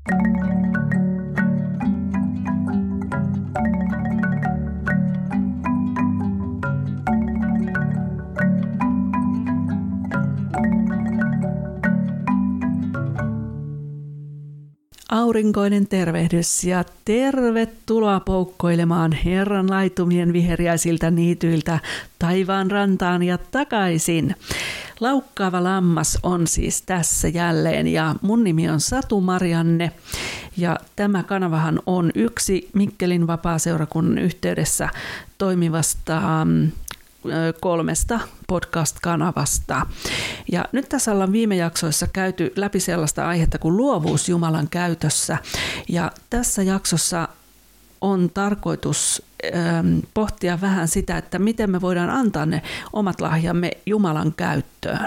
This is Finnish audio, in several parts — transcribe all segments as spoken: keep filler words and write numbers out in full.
Aurinkoinen tervehdys ja tervetuloa poukkoilemaan Herran laitumien viheriäisiltä niityiltä taivaan rantaan ja takaisin. Laukkaava lammas on siis tässä jälleen ja mun nimi on Satu Marianne ja tämä kanavahan on yksi Mikkelin vapaaseurakunnan yhteydessä toimivasta kolmesta podcast-kanavasta. Ja nyt tässä ollaan viime jaksoissa käyty läpi sellaista aihetta kuin luovuus Jumalan käytössä. Ja tässä jaksossa on tarkoitus ähm, pohtia vähän sitä, että miten me voidaan antaa ne omat lahjamme Jumalan käyttöön.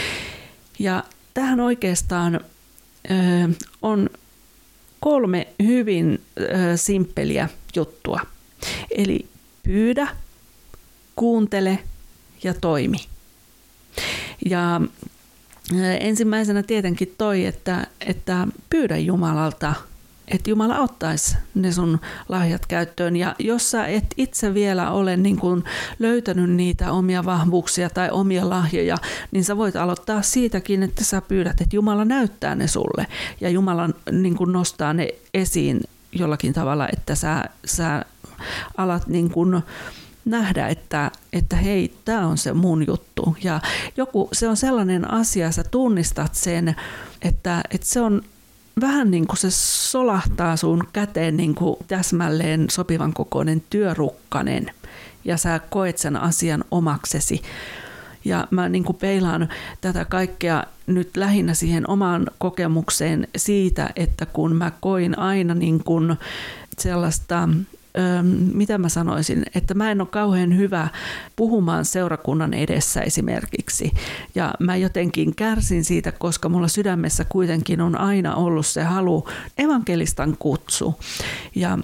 Ja tähän oikeastaan äh, on kolme hyvin äh, simppeliä juttua. Eli pyydä, kuuntele ja toimi. Ja ensimmäisenä tietenkin toi, että, että pyydä Jumalalta, että Jumala ottaisi ne sun lahjat käyttöön. Ja jos sä et itse vielä ole niin kuin löytänyt niitä omia vahvuuksia tai omia lahjoja, niin sä voit aloittaa siitäkin, että sä pyydät, että Jumala näyttää ne sulle. Ja Jumala niin kuin nostaa ne esiin jollakin tavalla, että sä, sä alat niin kuin nähdä, että, että hei, tämä on se mun juttu. Ja joku, se on sellainen asia, sä tunnistat sen, että, että se on vähän niin kuin se solahtaa sun käteen niin kuin täsmälleen sopivan kokoinen työrukkanen. Ja sä koet sen asian omaksesi. Ja mä niin kuin peilaan tätä kaikkea nyt lähinnä siihen omaan kokemukseen siitä, että kun mä koin aina niin kuin sellaista, Öö, mitä mä sanoisin, että mä en ole kauhean hyvä puhumaan seurakunnan edessä esimerkiksi. Ja mä jotenkin kärsin siitä, koska mulla sydämessä kuitenkin on aina ollut se halu evankelistan kutsu. Ja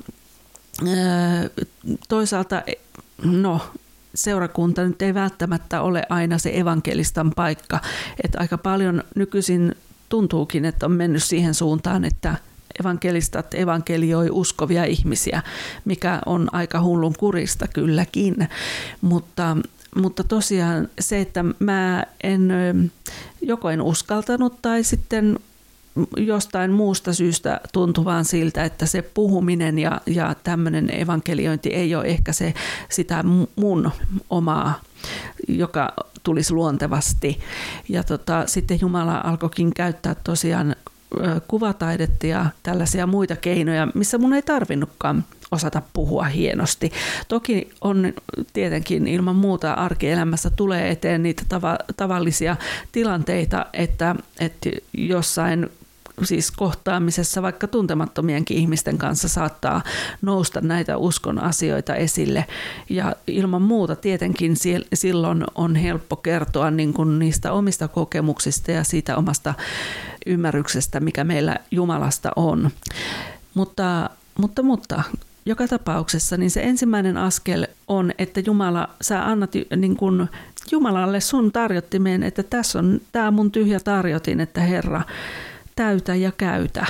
öö, toisaalta, no, seurakunta nyt ei välttämättä ole aina se evankelistan paikka. Että aika paljon nykyisin tuntuukin, että on mennyt siihen suuntaan, että evankelistat evankelioi uskovia ihmisiä, mikä on aika hullun kurista kylläkin, mutta, mutta tosiaan se, että mä en joko en uskaltanut tai sitten jostain muusta syystä tuntui vaan siltä, että se puhuminen ja, ja tämmöinen evankeliointi ei ole ehkä se sitä mun omaa, joka tulisi luontevasti. Ja tota, sitten Jumala alkoikin käyttää tosiaan kuvataidetta ja tällaisia muita keinoja, missä mun ei tarvinnutkaan osata puhua hienosti. Toki on tietenkin ilman muuta arkielämässä tulee eteen niitä tava- tavallisia tilanteita, että, että jossain siis kohtaamisessa vaikka tuntemattomienkin ihmisten kanssa saattaa nousta näitä uskon asioita esille. Ja ilman muuta tietenkin silloin on helppo kertoa niin kuin niistä omista kokemuksista ja siitä omasta ymmärryksestä, mikä meillä Jumalasta on. Mutta, mutta, mutta joka tapauksessa niin se ensimmäinen askel on, että Jumala, sä annat niin kuin Jumalalle sun tarjottimeen, että tässä on tämä mun tyhjä tarjotin, että Herra, täytä ja käytä.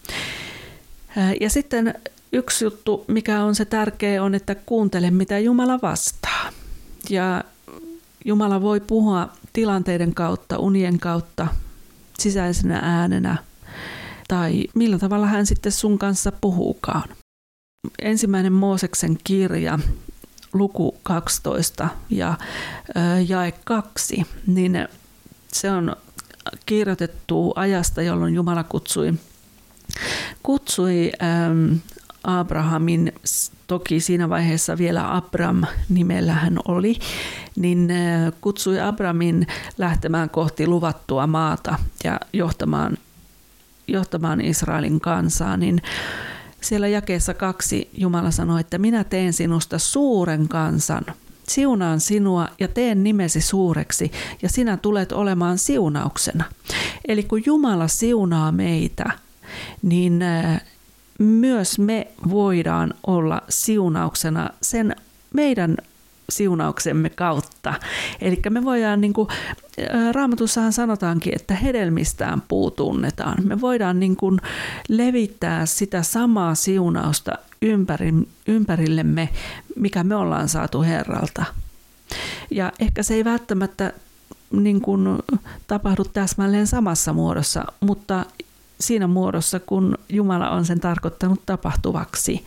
Ja sitten yksi juttu, mikä on se tärkeä, on, että kuuntele, mitä Jumala vastaa. Ja Jumala voi puhua tilanteiden kautta, unien kautta, sisäisenä äänenä, tai millä tavalla hän sitten sun kanssa puhuukaan. Ensimmäinen Mooseksen kirja, luku kaksitoista ja jae kaksi, niin se on kirjoitettu ajasta, jolloin Jumala kutsui, kutsui ähm, Abrahamin, toki siinä vaiheessa vielä Abram nimellä hän oli, niin äh, kutsui Abramin lähtemään kohti luvattua maata ja johtamaan, johtamaan Israelin kansaa, niin siellä jakeessa kaksi Jumala sanoi, että minä teen sinusta suuren kansan. Siunaan sinua ja teen nimesi suureksi ja sinä tulet olemaan siunauksena. Eli kun Jumala siunaa meitä, niin myös me voidaan olla siunauksena sen meidän siunauksemme kautta. Eli me voidaan, niin kuin Raamatussahan sanotaankin, että hedelmistään puu tunnetaan. Me voidaan niin kuin levittää sitä samaa siunausta ympäri, ympärillemme, mikä me ollaan saatu Herralta. Ja ehkä se ei välttämättä niin kuin tapahdu täsmälleen samassa muodossa, mutta siinä muodossa, kun Jumala on sen tarkoittanut tapahtuvaksi.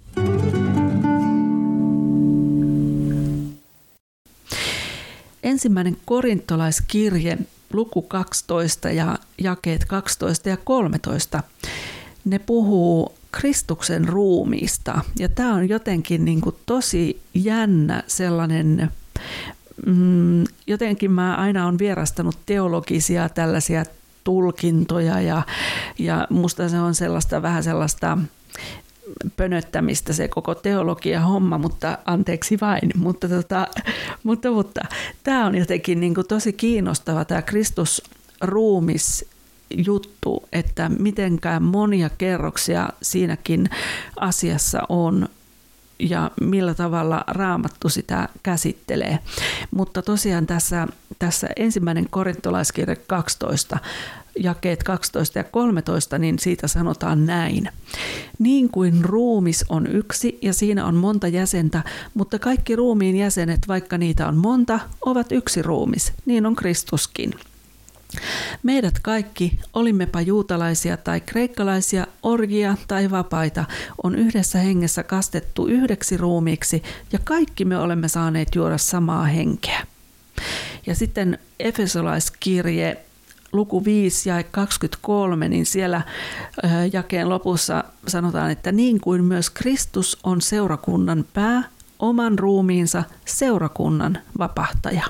Ensimmäinen korintolaiskirje, luku kaksitoista ja jakeet kaksitoista ja kolmetoista, ne puhuu Kristuksen ruumiista. Ja tämä on jotenkin niin kuin tosi jännä sellainen, mm, jotenkin mä aina olen vierastanut teologisia tällaisia tulkintoja ja, ja musta se on sellaista vähän sellaista pönöttämistä se koko teologia homma, mutta anteeksi vain. Mutta, tota, mutta, mutta tämä on jotenkin niin kuin tosi kiinnostava tämä Kristusruumis juttu, että mitenkään monia kerroksia siinäkin asiassa on ja millä tavalla Raamattu sitä käsittelee. Mutta tosiaan tässä, tässä ensimmäinen korintolaiskirje kaksitoista, jakeet kaksitoista ja kolmetoista, niin siitä sanotaan näin. Niin kuin ruumis on yksi ja siinä on monta jäsentä, mutta kaikki ruumiin jäsenet, vaikka niitä on monta, ovat yksi ruumis. Niin on Kristuskin. Meidät kaikki, olimmepa juutalaisia tai kreikkalaisia, orjia tai vapaita, on yhdessä hengessä kastettu yhdeksi ruumiiksi ja kaikki me olemme saaneet juoda samaa henkeä. Ja sitten Efesolaiskirje, luku viisi ja kaksikymmentäkolme, niin siellä jakeen lopussa sanotaan, että niin kuin myös Kristus on seurakunnan pää, oman ruumiinsa seurakunnan vapahtaja.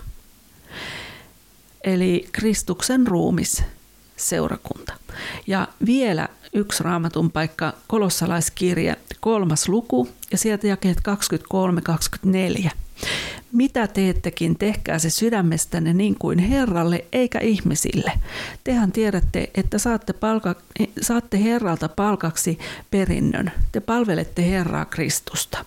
Eli Kristuksen ruumis, seurakunta. Ja vielä yksi Raamatun paikka, Kolossalaiskirje, kolmas luku, ja sieltä jakeet kaksikymmentäkolme kaksikymmentäneljä. Mitä teettekin, tehkää se sydämestänne niin kuin Herralle eikä ihmisille. Tehän tiedätte, että saatte, palka, saatte Herralta palkaksi perinnön. Te palvelette Herraa Kristusta.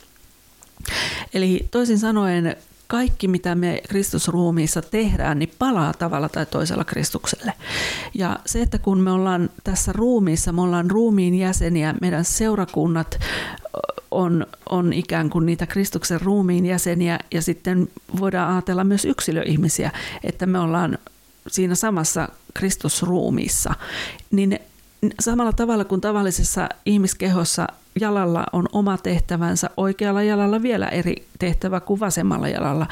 Eli toisin sanoen, kaikki, mitä me Kristusruumiissa tehdään, niin palaa tavalla tai toisella Kristukselle. Ja se, että kun me ollaan tässä ruumiissa, me ollaan ruumiin jäseniä, meidän seurakunnat on, on ikään kuin niitä Kristuksen ruumiin jäseniä, ja sitten voidaan ajatella myös yksilöihmisiä, että me ollaan siinä samassa Kristusruumiissa. Niin samalla tavalla kuin tavallisessa ihmiskehossa jalalla on oma tehtävänsä, oikealla jalalla vielä eri tehtävä kuin vasemmalla jalalla.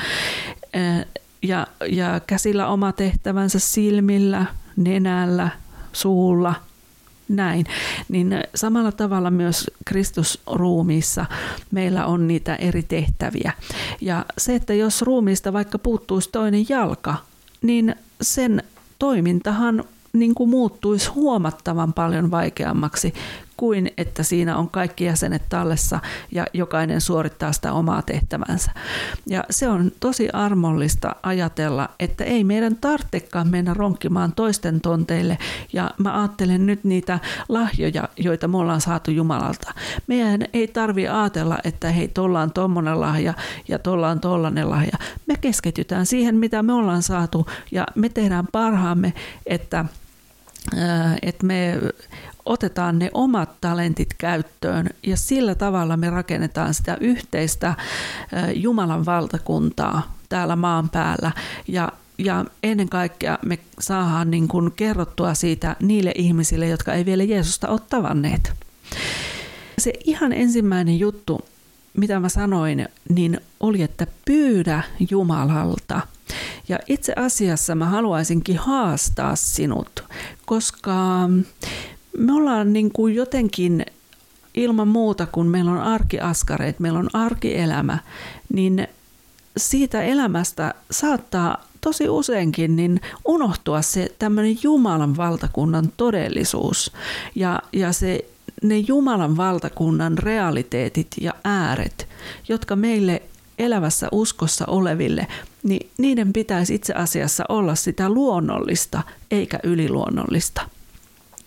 Ja, ja käsillä oma tehtävänsä silmillä, nenällä, suulla, näin. Niin samalla tavalla myös Kristusruumiissa meillä on niitä eri tehtäviä. Ja se, että jos ruumiista vaikka puuttuisi toinen jalka, niin sen toimintahan niin kuin muuttuisi huomattavan paljon vaikeammaksi kuin että siinä on kaikki jäsenet tallessa ja jokainen suorittaa sitä omaa tehtävänsä. Ja se on tosi armollista ajatella, että ei meidän tarvitsekaan mennä ronkkimaan toisten tonteille, ja mä ajattelen nyt niitä lahjoja, joita me ollaan saatu Jumalalta. Meidän ei tarvitse ajatella, että hei, tuolla on tommonen lahja ja tuolla on tollainen lahja. Me keskitytään siihen, mitä me ollaan saatu, ja me tehdään parhaamme, että, että me otetaan ne omat talentit käyttöön ja sillä tavalla me rakennetaan sitä yhteistä Jumalan valtakuntaa täällä maan päällä. Ja, ja ennen kaikkea me saadaan niin kuin kerrottua siitä niille ihmisille, jotka ei vielä Jeesusta ole tavanneet. Se ihan ensimmäinen juttu, mitä mä sanoin, niin oli, että pyydä Jumalalta. Ja itse asiassa mä haluaisinkin haastaa sinut, koska me ollaan niin kuin jotenkin ilman muuta, kun meillä on arkiaskareet, meillä on arkielämä, niin siitä elämästä saattaa tosi useinkin niin unohtua se tämmöinen Jumalan valtakunnan todellisuus ja, ja se, ne Jumalan valtakunnan realiteetit ja ääret, jotka meille elävässä uskossa oleville, niin niiden pitäisi itse asiassa olla sitä luonnollista eikä yliluonnollista.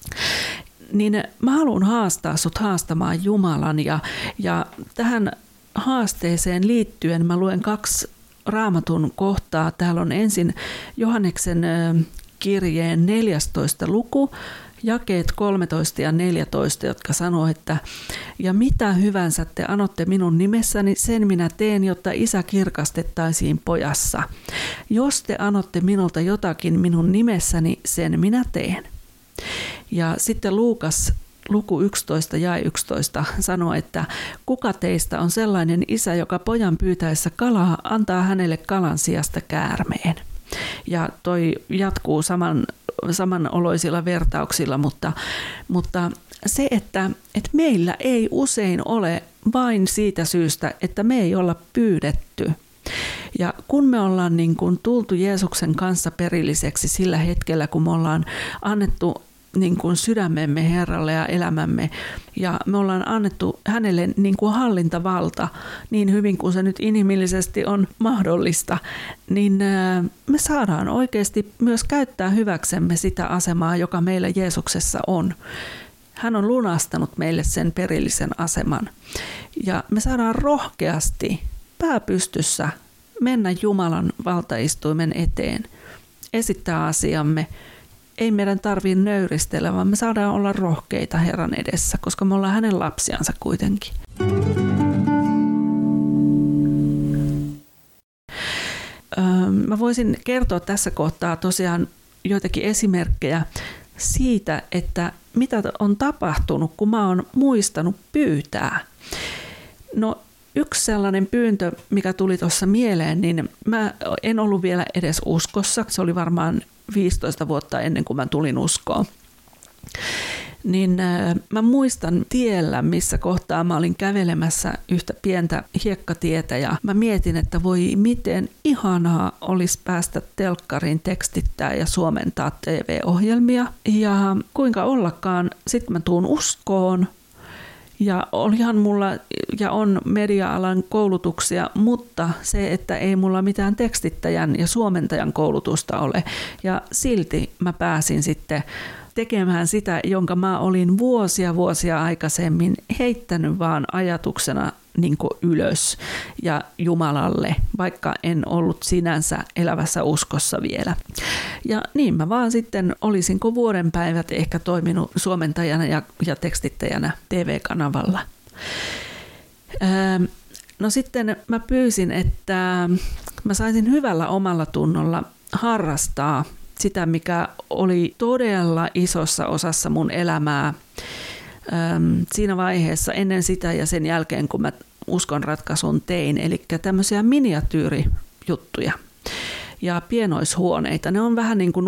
Niin mä haluan haastaa sut haastamaan Jumalan ja, ja tähän haasteeseen liittyen mä luen kaksi Raamatun kohtaa. Täällä on ensin Johanneksen kirjeen neljästoista luku, jakeet kolmetoista ja neljätoista, jotka sanoo, että ja mitä hyvänsä te anotte minun nimessäni, sen minä teen, jotta Isä kirkastettaisiin pojassa. Jos te anotte minulta jotakin minun nimessäni, sen minä teen. Ja sitten Luukas luku yksitoista ja yksitoista sanoo, että kuka teistä on sellainen isä, joka pojan pyytäessä kalaa antaa hänelle kalan sijasta käärmeen. Ja toi jatkuu saman, samanoloisilla vertauksilla, mutta, mutta se, että, että meillä ei usein ole vain siitä syystä, että me ei olla pyydetty. Ja kun me ollaan niin kuin tultu Jeesuksen kanssa perilliseksi sillä hetkellä, kun me ollaan annettu niin kuin sydämemme Herralle ja elämämme, ja me ollaan annettu hänelle niin kuin hallintavalta niin hyvin kuin se nyt inhimillisesti on mahdollista, niin me saadaan oikeasti myös käyttää hyväksemme sitä asemaa, joka meillä Jeesuksessa on. Hän on lunastanut meille sen perillisen aseman. Ja me saadaan rohkeasti pääpystyssä mennä Jumalan valtaistuimen eteen, esittää asiamme. Ei meidän tarvitse nöyristellä, vaan me saadaan olla rohkeita Herran edessä, koska me ollaan hänen lapsiansa kuitenkin. Öö, mä voisin kertoa tässä kohtaa tosiaan joitakin esimerkkejä siitä, että mitä on tapahtunut, kun mä oon muistanut pyytää. No yksi sellainen pyyntö, mikä tuli tuossa mieleen, niin mä en ollut vielä edes uskossa. Se oli varmaan viisitoista vuotta ennen kuin mä tulin uskoon. Niin äh, mä muistan tiellä, missä kohtaa mä olin kävelemässä yhtä pientä hiekkatietä ja mä mietin, että voi miten ihanaa olisi päästä telkkariin tekstittää ja suomentaa T V-ohjelmia. Ja kuinka ollakaan, sitten mä tuun uskoon. Ja olihan mulla ja on media-alan koulutuksia, mutta se, että ei mulla mitään tekstittäjän ja suomentajan koulutusta ole. Ja silti mä pääsin sitten tekemään sitä, jonka mä olin vuosia vuosia aikaisemmin heittänyt vaan ajatuksena niin kuin ylös ja Jumalalle, vaikka en ollut sinänsä elävässä uskossa vielä. Ja niin mä vaan sitten olisinko vuoden päivät ehkä toiminut suomentajana ja, ja tekstittäjänä T V-kanavalla. Öö, no sitten mä pyysin, että mä saisin hyvällä omalla tunnolla harrastaa sitä, mikä oli todella isossa osassa mun elämää öö, siinä vaiheessa ennen sitä ja sen jälkeen, kun mä uskon ratkaisun tein, eli tämmöisiä miniatyyrijuttuja ja pienoishuoneita. Ne on vähän niin kuin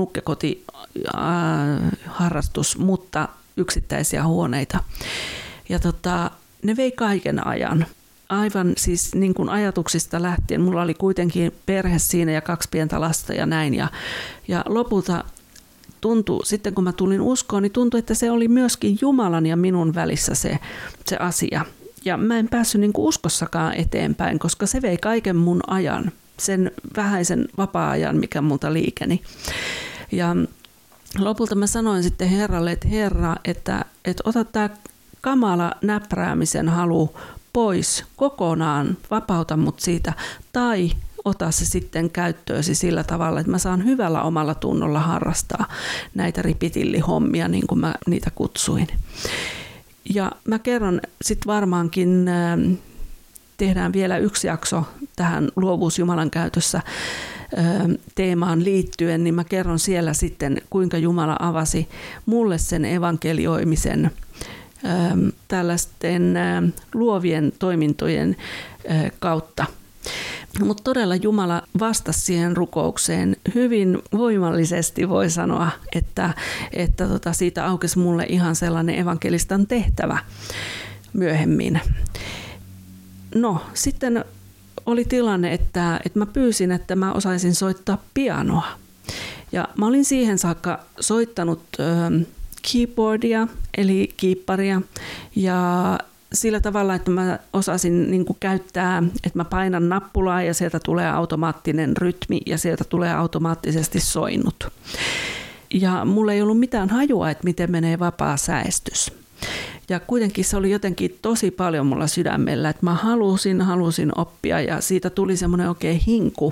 nukkekotiharrastus, mutta yksittäisiä huoneita. Ja tota, ne vei kaiken ajan. Aivan siis niin kuin ajatuksista lähtien. Mulla oli kuitenkin perhe siinä ja kaksi pientä lasta ja näin. Ja, ja lopulta tuntui, sitten kun mä tulin uskoon, niin tuntui, että se oli myöskin Jumalan ja minun välissä se, se asia. Ja mä en päässyt niin kuin uskossakaan eteenpäin, koska se vei kaiken mun ajan. Sen vähäisen vapaa-ajan, mikä multa liikeni. Ja lopulta mä sanoin sitten Herralle, että Herra, että, että ota tämä kamala näpräämisen halu pois kokonaan, vapauta mut siitä, tai ota se sitten käyttöösi sillä tavalla, että mä saan hyvällä omalla tunnolla harrastaa näitä ripitillihommia, niin kuin mä niitä kutsuin. Ja mä kerron sitten varmaankin, tehdään vielä yksi jakso tähän luovuus Jumalan käytössä teemaan liittyen, niin mä kerron siellä sitten, kuinka Jumala avasi mulle sen evankelioimisen tällaisten luovien toimintojen kautta. Mutta todella Jumala vastasi siihen rukoukseen hyvin voimallisesti, voi sanoa, että, että tota siitä aukesi mulle ihan sellainen evankelistan tehtävä myöhemmin. No, sitten oli tilanne, että, että mä pyysin, että mä osaisin soittaa pianoa. Ja mä olin siihen saakka soittanut ö, keyboardia, eli kiipparia, ja sillä tavalla, että mä osasin niin kuin käyttää, että mä painan nappulaa ja sieltä tulee automaattinen rytmi ja sieltä tulee automaattisesti soinnut. Ja mulla ei ollut mitään hajua, että miten menee vapaa säestys. Ja kuitenkin se oli jotenkin tosi paljon mulla sydämellä, että mä halusin, halusin oppia ja siitä tuli semmoinen oikein hinku.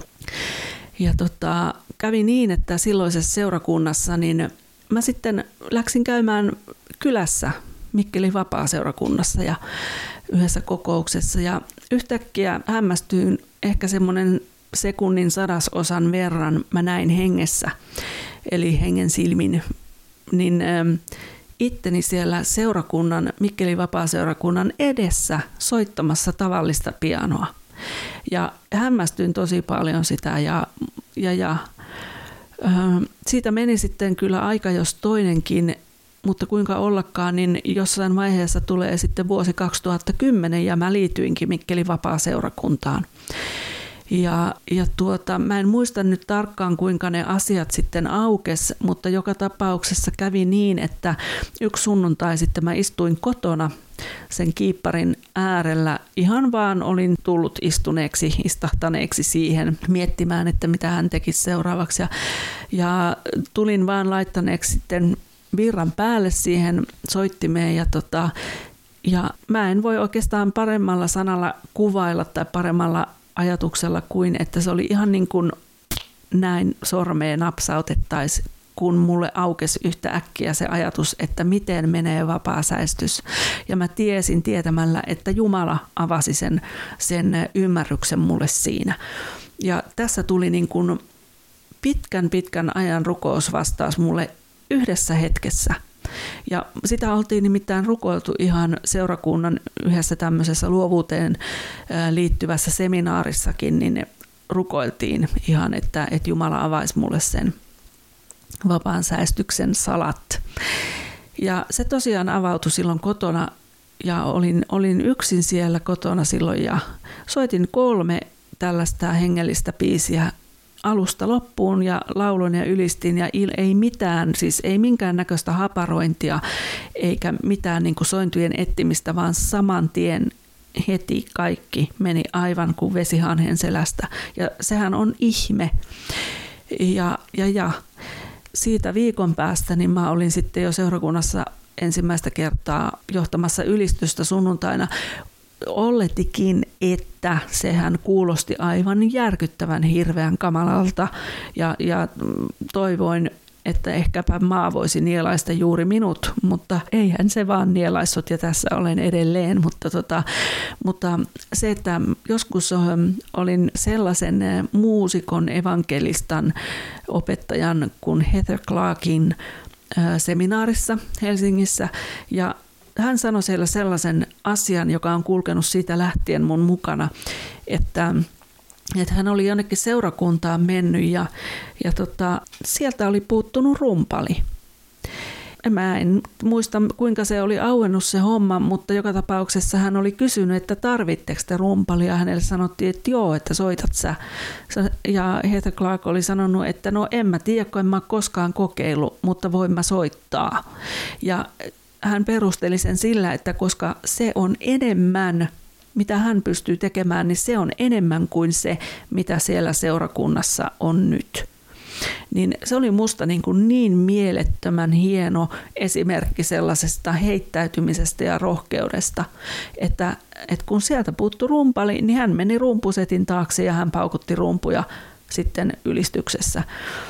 Ja tota, kävi niin, että silloisessa seurakunnassa niin mä sitten läksin käymään kylässä Mikkelin vapaa-seurakunnassa ja yhdessä kokouksessa ja yhtäkkiä hämmästyin ehkä semmoinen sekunnin sadasosan verran mä näin hengessä, eli hengen silmin, niin itteni siellä seurakunnan, Mikkelin vapaa-seurakunnan edessä soittamassa tavallista pianoa. Ja hämmästyin tosi paljon sitä ja, ja, ja äh, siitä meni sitten kyllä aika jos toinenkin, mutta kuinka ollakaan, niin jossain vaiheessa tulee sitten vuosi kaksituhattakymmenen ja mä liityinkin Mikkelin vapaa-seurakuntaan. Ja, ja tuota, mä en muista nyt tarkkaan, kuinka ne asiat sitten aukes, mutta joka tapauksessa kävi niin, että yksi sunnuntai sitten mä istuin kotona sen kiipparin äärellä. Ihan vaan olin tullut istuneeksi, istahtaneeksi siihen, miettimään, että mitä hän tekisi seuraavaksi. Ja, ja tulin vaan laittaneeksi sitten virran päälle siihen soittimeen ja tota, ja mä en voi oikeastaan paremmalla sanalla kuvailla tai paremmalla ajatuksella kuin, että se oli ihan niin kuin näin sormeen napsautettaisiin, kun mulle aukesi yhtä äkkiä se ajatus, että miten menee vapaasäestys. Ja mä tiesin tietämällä, että Jumala avasi sen, sen ymmärryksen mulle siinä. Ja tässä tuli niin kuin pitkän pitkän ajan rukousvastaus mulle yhdessä hetkessä. Ja sitä oltiin nimittäin rukoiltu ihan seurakunnan yhdessä tämmöisessä luovuuteen liittyvässä seminaarissakin, niin rukoiltiin ihan, että, että Jumala avaisi mulle sen vapaan säestyksen salat. Ja se tosiaan avautui silloin kotona ja olin, olin yksin siellä kotona silloin ja soitin kolme tällaista hengellistä biisiä alusta loppuun ja lauloin ja ylistin ja ei mitään, siis ei minkään näköistä haparointia eikä mitään niin kuin sointujen etsimistä, vaan saman tien heti kaikki meni aivan kuin vesihanhen selästä. Ja sehän on ihme. Ja, ja, ja siitä viikon päästä niin mä olin sitten jo seurakunnassa ensimmäistä kertaa johtamassa ylistystä sunnuntaina. Olletikin, että sehän kuulosti aivan järkyttävän hirveän kamalalta ja, ja toivoin, että ehkäpä maa voisi nielaista juuri minut, mutta eihän se vaan nielaissut ja tässä olen edelleen. Mutta, tota, mutta se, että joskus olin sellaisen muusikon evankelistan opettajan kuin Heather Clarkin seminaarissa Helsingissä ja hän sanoi siellä sellaisen asian, joka on kulkenut siitä lähtien mun mukana, että, että hän oli jonnekin seurakuntaan mennyt ja, ja tota, sieltä oli puuttunut rumpali. Mä en muista, kuinka se oli auennut se homma, mutta joka tapauksessa hän oli kysynyt, että tarvitteko te rumpalia. Hänelle sanottiin, että joo, että soitat sä. Ja Heather Clark oli sanonut, että no en mä tiedä, kun en mä ole koskaan kokeillut, mutta voin mä soittaa. Ja hän perusteli sen sillä, että koska se on enemmän, mitä hän pystyy tekemään, niin se on enemmän kuin se, mitä siellä seurakunnassa on nyt. Niin se oli musta niin, kuin niin mielettömän hieno esimerkki sellaisesta heittäytymisestä ja rohkeudesta, että, että kun sieltä puuttui rumpali, niin hän meni rumpusetin taakse ja hän paukutti rumpuja sitten ylistyksessä.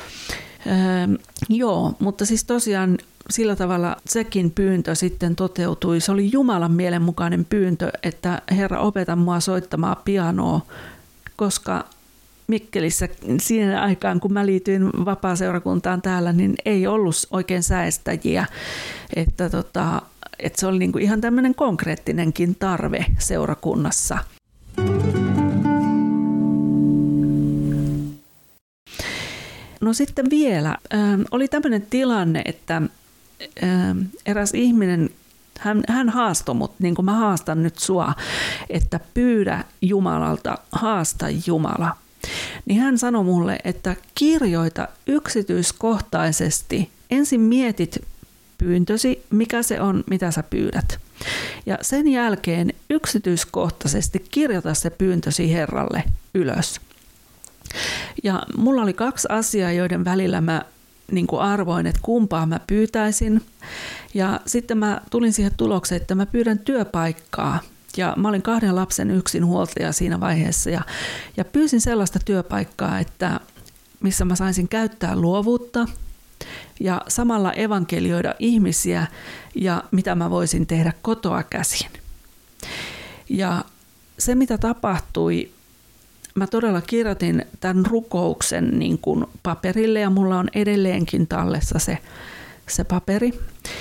Öö, joo, mutta siis tosiaan sillä tavalla sekin pyyntö sitten toteutui. Se oli Jumalan mielenmukainen pyyntö, että Herra opeta mua soittamaan pianoa, koska Mikkelissä siinä aikaan, kun mä liityin vapaaseurakuntaan täällä, niin ei ollut oikein säestäjiä. Että, tota, että se oli niinku ihan tämmöinen konkreettinenkin tarve seurakunnassa. No sitten vielä, äh, oli tämmöinen tilanne, että äh, eräs ihminen, hän, hän haastoi mut, niin kuin mä haastan nyt sua, että pyydä Jumalalta, haasta Jumala. Niin hän sanoi mulle, että kirjoita yksityiskohtaisesti, ensin mietit pyyntösi, mikä se on, mitä sä pyydät. Ja sen jälkeen yksityiskohtaisesti kirjoita se pyyntösi Herralle ylös. Ja mulla oli kaksi asiaa, joiden välillä mä niin kuin arvoin, että kumpaa mä pyytäisin. Ja sitten mä tulin siihen tulokseen, että mä pyydän työpaikkaa. Ja mä olin kahden lapsen yksinhuoltaja siinä vaiheessa ja, ja pyysin sellaista työpaikkaa, että missä mä saisin käyttää luovuutta ja samalla evankelioida ihmisiä ja mitä mä voisin tehdä kotoa käsin. Ja se, mitä tapahtui, mä todella kirjoitin tämän rukouksen niin kuin paperille ja mulla on edelleenkin tallessa se, se paperi.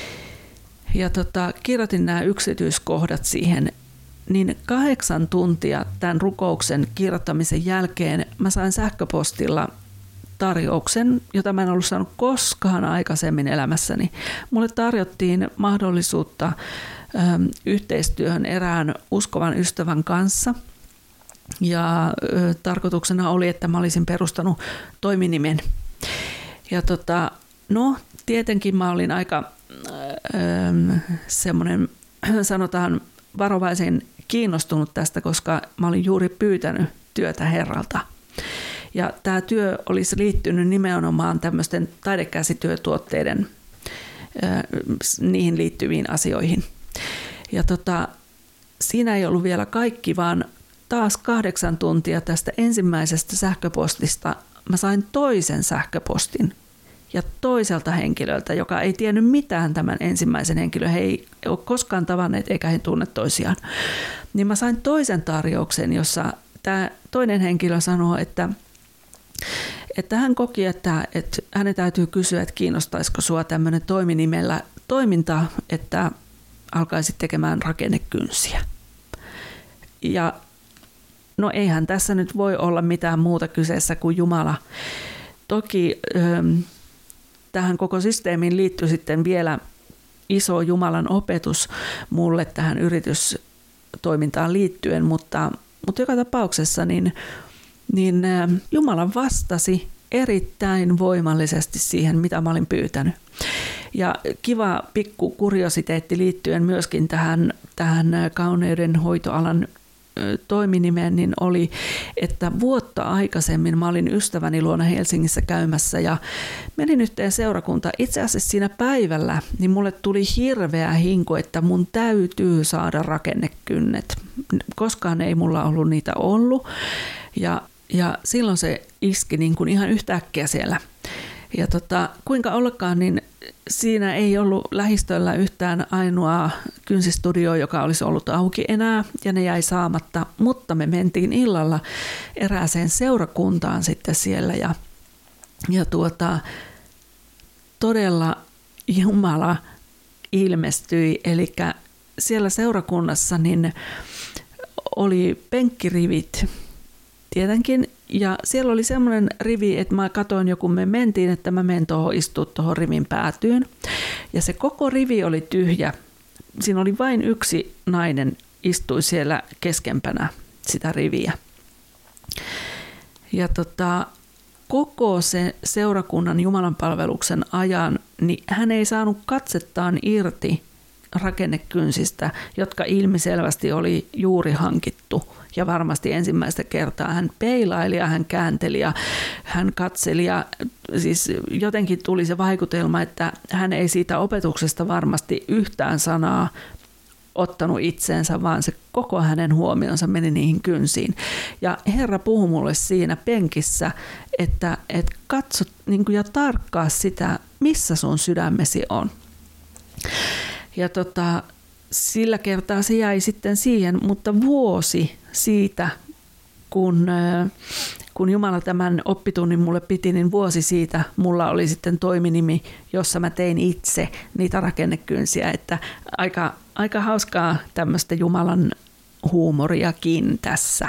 Ja tota, kirjoitin nämä yksityiskohdat siihen, niin kahdeksan tuntia tämän rukouksen kirjoittamisen jälkeen mä sain sähköpostilla tarjouksen, jota mä en ollut saanut koskaan aikaisemmin elämässäni. Mulle tarjottiin mahdollisuutta ö, yhteistyöhön erään uskovan ystävän kanssa. Ja ö, tarkoituksena oli, että mä olisin perustanut toiminimen. Ja tota, no tietenkin mä olin aika ö, semmoinen, sanotaan varovaisen kiinnostunut tästä, koska mä olin juuri pyytänyt työtä Herralta. Ja tämä työ olisi liittynyt nimenomaan tämmöisten taidekäsityötuotteiden niihin liittyviin asioihin. Ja tota, siinä ei ollut vielä kaikki, vaan taas kahdeksan tuntia tästä ensimmäisestä sähköpostista mä sain toisen sähköpostin ja toiselta henkilöltä, joka ei tiennyt mitään tämän ensimmäisen henkilön. He ei ole koskaan tavanneet eikä he tunne toisiaan. Niin mä sain toisen tarjouksen, jossa tämä toinen henkilö sanoo, että että hän koki, että, että hänen täytyy kysyä, että kiinnostaisiko sua tämmöinen toiminimellä toiminta, että alkaisit tekemään rakennekynsiä. Ja no eihän tässä nyt voi olla mitään muuta kyseessä kuin Jumala. Toki tähän koko systeemiin liittyy sitten vielä iso Jumalan opetus mulle tähän yritystoimintaan liittyen, mutta, mutta joka tapauksessa niin niin Jumala vastasi erittäin voimallisesti siihen, mitä mä olin pyytänyt. Ja kiva pikku kuriositeetti liittyen myöskin tähän, tähän kauneudenhoitoalan toiminimeen, niin oli, että vuotta aikaisemmin mä olin ystäväni luona Helsingissä käymässä ja menin yhteen seurakuntaan. Itse asiassa siinä päivällä niin mulle tuli hirveä hinku, että mun täytyy saada rakennekynnet. Koskaan ei mulla ollut niitä ollut ja Ja silloin se iski niin kuin ihan yhtäkkiä siellä. Ja tota, kuinka ollakaan, niin siinä ei ollut lähistöllä yhtään ainoa kynsistudioa, joka olisi ollut auki enää, ja ne jäi saamatta. Mutta me mentiin illalla erääseen seurakuntaan sitten siellä, ja, ja tuota, todella Jumala ilmestyi. Eli siellä seurakunnassa niin oli penkkirivit, tietenkin. Ja siellä oli semmoinen rivi, että mä katsoin jo kun me mentiin, että mä menen tuohon istua tuohon rivin päätyyn. Ja se koko rivi oli tyhjä. Siinä oli vain yksi nainen istui siellä keskempänä sitä riviä. Ja tota, koko se seurakunnan jumalanpalveluksen ajan, niin hän ei saanut katsettaan irti rakennekynsistä, jotka ilmiselvästi oli juuri hankittu. Ja varmasti ensimmäistä kertaa hän peilaili ja hän käänteli ja hän katseli ja siis jotenkin tuli se vaikutelma, että hän ei siitä opetuksesta varmasti yhtään sanaa ottanut itseensä, vaan se koko hänen huomionsa meni niihin kynsiin. Ja Herra puhui mulle siinä penkissä, että, että katso niin kuin ja tarkkaa sitä, missä sun sydämesi on. Ja tota, sillä kertaa se jäi sitten siihen, mutta vuosi siitä, kun, kun Jumala tämän oppitunnin mulle piti, niin vuosi siitä mulla oli sitten toiminimi, jossa mä tein itse niitä rakennekynsiä, että aika, aika hauskaa tämmöistä Jumalan huumoriakin tässä.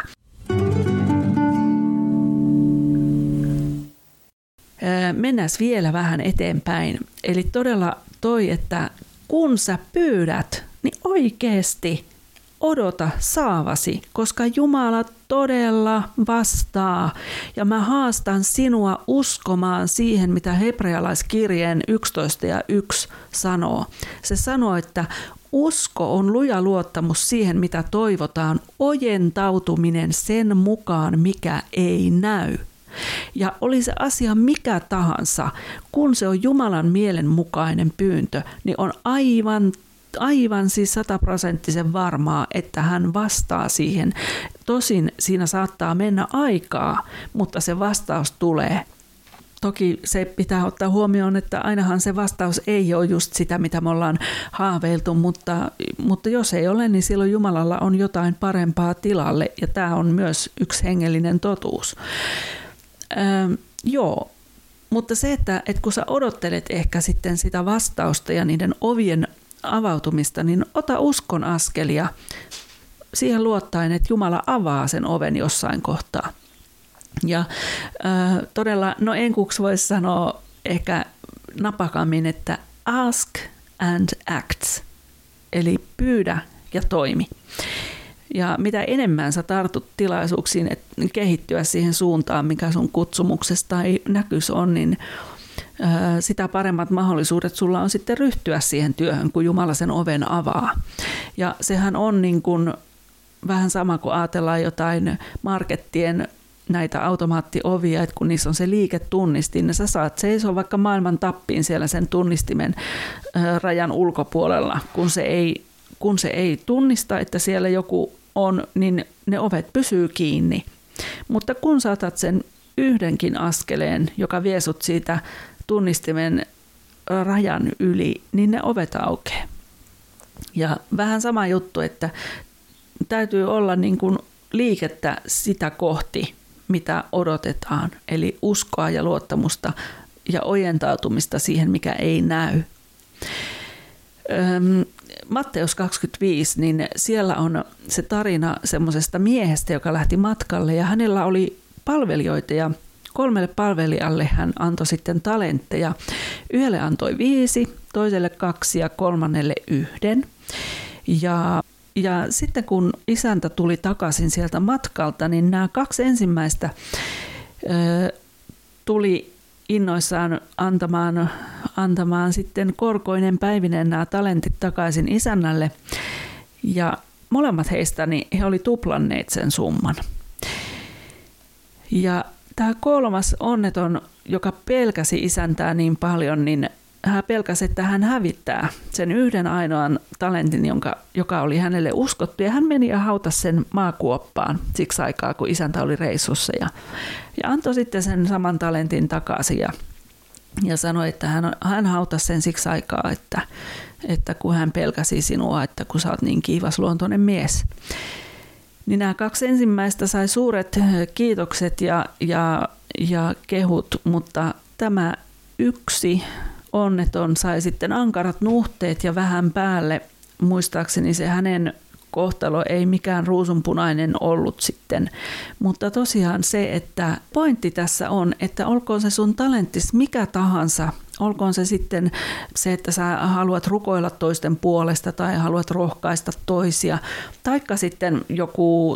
Mennään vielä vähän eteenpäin. Eli todella toi, että kun sä pyydät, niin oikeasti odota saavasi, koska Jumala todella vastaa. Ja mä haastan sinua uskomaan siihen, mitä hebrealaiskirjeen yksitoista ja yksi sanoo. Se sanoo, että usko on luja luottamus siihen, mitä toivotaan, ojentautuminen sen mukaan, mikä ei näy. Ja oli se asia mikä tahansa, kun se on Jumalan mielenmukainen pyyntö, niin on aivan aivan siis sataprosenttisen varmaa, että hän vastaa siihen. Tosin siinä saattaa mennä aikaa, mutta se vastaus tulee. Toki se pitää ottaa huomioon, että ainahan se vastaus ei ole just sitä, mitä me ollaan haaveiltu, mutta, mutta jos ei ole, niin silloin Jumalalla on jotain parempaa tilalle, ja tämä on myös yksi hengellinen totuus. Öö, joo, mutta se, että, että kun sä odottelet ehkä sitten sitä vastausta ja niiden ovien avautumista, niin ota uskon askelia siihen luottaen, että Jumala avaa sen oven jossain kohtaa. Ja äh, todella, no enkuksi voisi sanoa ehkä napakammin, että ask and act, eli pyydä ja toimi. Ja mitä enemmän sä tartut tilaisuuksiin että kehittyä siihen suuntaan, mikä sun kutsumuksesta tai näkys on, niin sitä paremmat mahdollisuudet sulla on sitten ryhtyä siihen työhön, kun Jumala sen oven avaa. Ja sehän on niin kuin vähän sama kuin ajatellaan jotain markettien näitä automaattiovia, että kun niissä on se liiketunnistin, niin sä saat seisoa vaikka maailman tappiin siellä sen tunnistimen rajan ulkopuolella, kun se ei, kun se ei tunnista, että siellä joku on, niin ne ovet pysyy kiinni. Mutta kun saatat sen yhdenkin askeleen, joka vie sut siitä tunnistimen rajan yli, niin ne ovet aukeaa. Ja vähän sama juttu, että täytyy olla niin kuin liikettä sitä kohti, mitä odotetaan, eli uskoa ja luottamusta ja ojentautumista siihen, mikä ei näy. Öm, Matteus kaksikymmentäviisi, niin siellä on se tarina semmoisesta miehestä, joka lähti matkalle ja hänellä oli palvelijoita ja kolmelle palvelijalle hän antoi sitten talentteja. Yhdelle antoi viisi, toiselle kaksi ja kolmannelle yhden. Ja, ja sitten kun isäntä tuli takaisin sieltä matkalta, niin nämä kaksi ensimmäistä ö, tuli innoissaan antamaan, antamaan sitten korkoinen päivinen nämä talentit takaisin isännälle. Ja molemmat heistä, niin he oli tuplanneet sen summan. Ja tämä kolmas onneton, joka pelkäsi isäntää niin paljon, niin hän pelkäsi, että hän hävittää sen yhden ainoan talentin, jonka, joka oli hänelle uskottu. Ja hän meni ja hautasi sen maakuoppaan siksi aikaa, kun isäntä oli reissussa. Ja, ja antoi sitten sen saman talentin takaisin ja, ja sanoi, että hän, hän hautasi sen siksi aikaa, että, että kun hän pelkäsi sinua, että kun sä oot niin kiivasluontoinen mies. Niin nämä kaksi ensimmäistä sai suuret kiitokset ja, ja, ja kehut, mutta tämä yksi onneton sai sitten ankarat nuhteet ja vähän päälle. Muistaakseni se hänen kohtalo ei mikään ruusunpunainen ollut sitten. Mutta tosiaan se, että pointti tässä on, että olkoon se sun talenttis mikä tahansa, olkoon se sitten se, että sä haluat rukoilla toisten puolesta tai haluat rohkaista toisia, taikka sitten joku,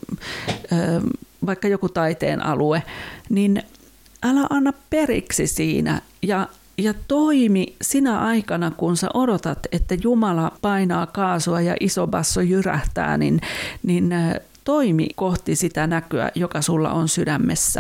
vaikka joku taiteen alue, niin älä anna periksi siinä ja Ja toimi sinä aikana, kun sä odotat, että Jumala painaa kaasua ja iso basso jyrähtää, niin, niin toimi kohti sitä näkyä, joka sulla on sydämessä.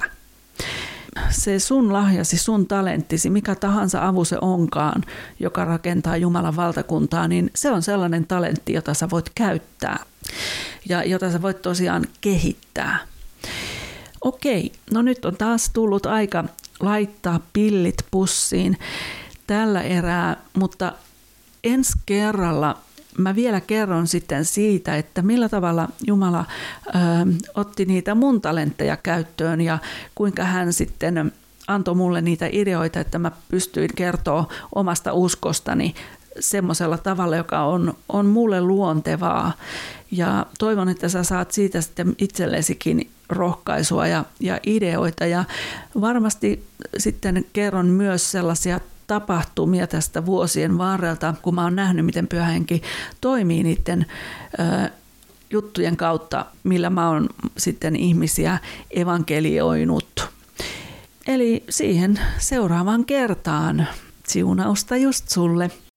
Se sun lahjasi, sun talenttisi, mikä tahansa avu se onkaan, joka rakentaa Jumalan valtakuntaa, niin se on sellainen talentti, jota sä voit käyttää ja jota sä voit tosiaan kehittää. Okei, no nyt on taas tullut aika laittaa pillit pussiin tällä erää, mutta ensi kerralla mä vielä kerron sitten siitä, että millä tavalla Jumala ö, otti niitä mun talentteja käyttöön ja kuinka hän sitten antoi mulle niitä ideoita, että mä pystyin kertoa omasta uskostani semmoisella tavalla, joka on, on mulle luontevaa. Ja toivon, että sä saat siitä sitten itsellesikin rohkaisua ja, ja ideoita. Ja varmasti sitten kerron myös sellaisia tapahtumia tästä vuosien varrelta, kun mä oon nähnyt, miten Pyhä Henki toimii niiden ö, juttujen kautta, millä mä oon sitten ihmisiä evankelioinut. Eli siihen seuraavaan kertaan. Siunausta just sulle.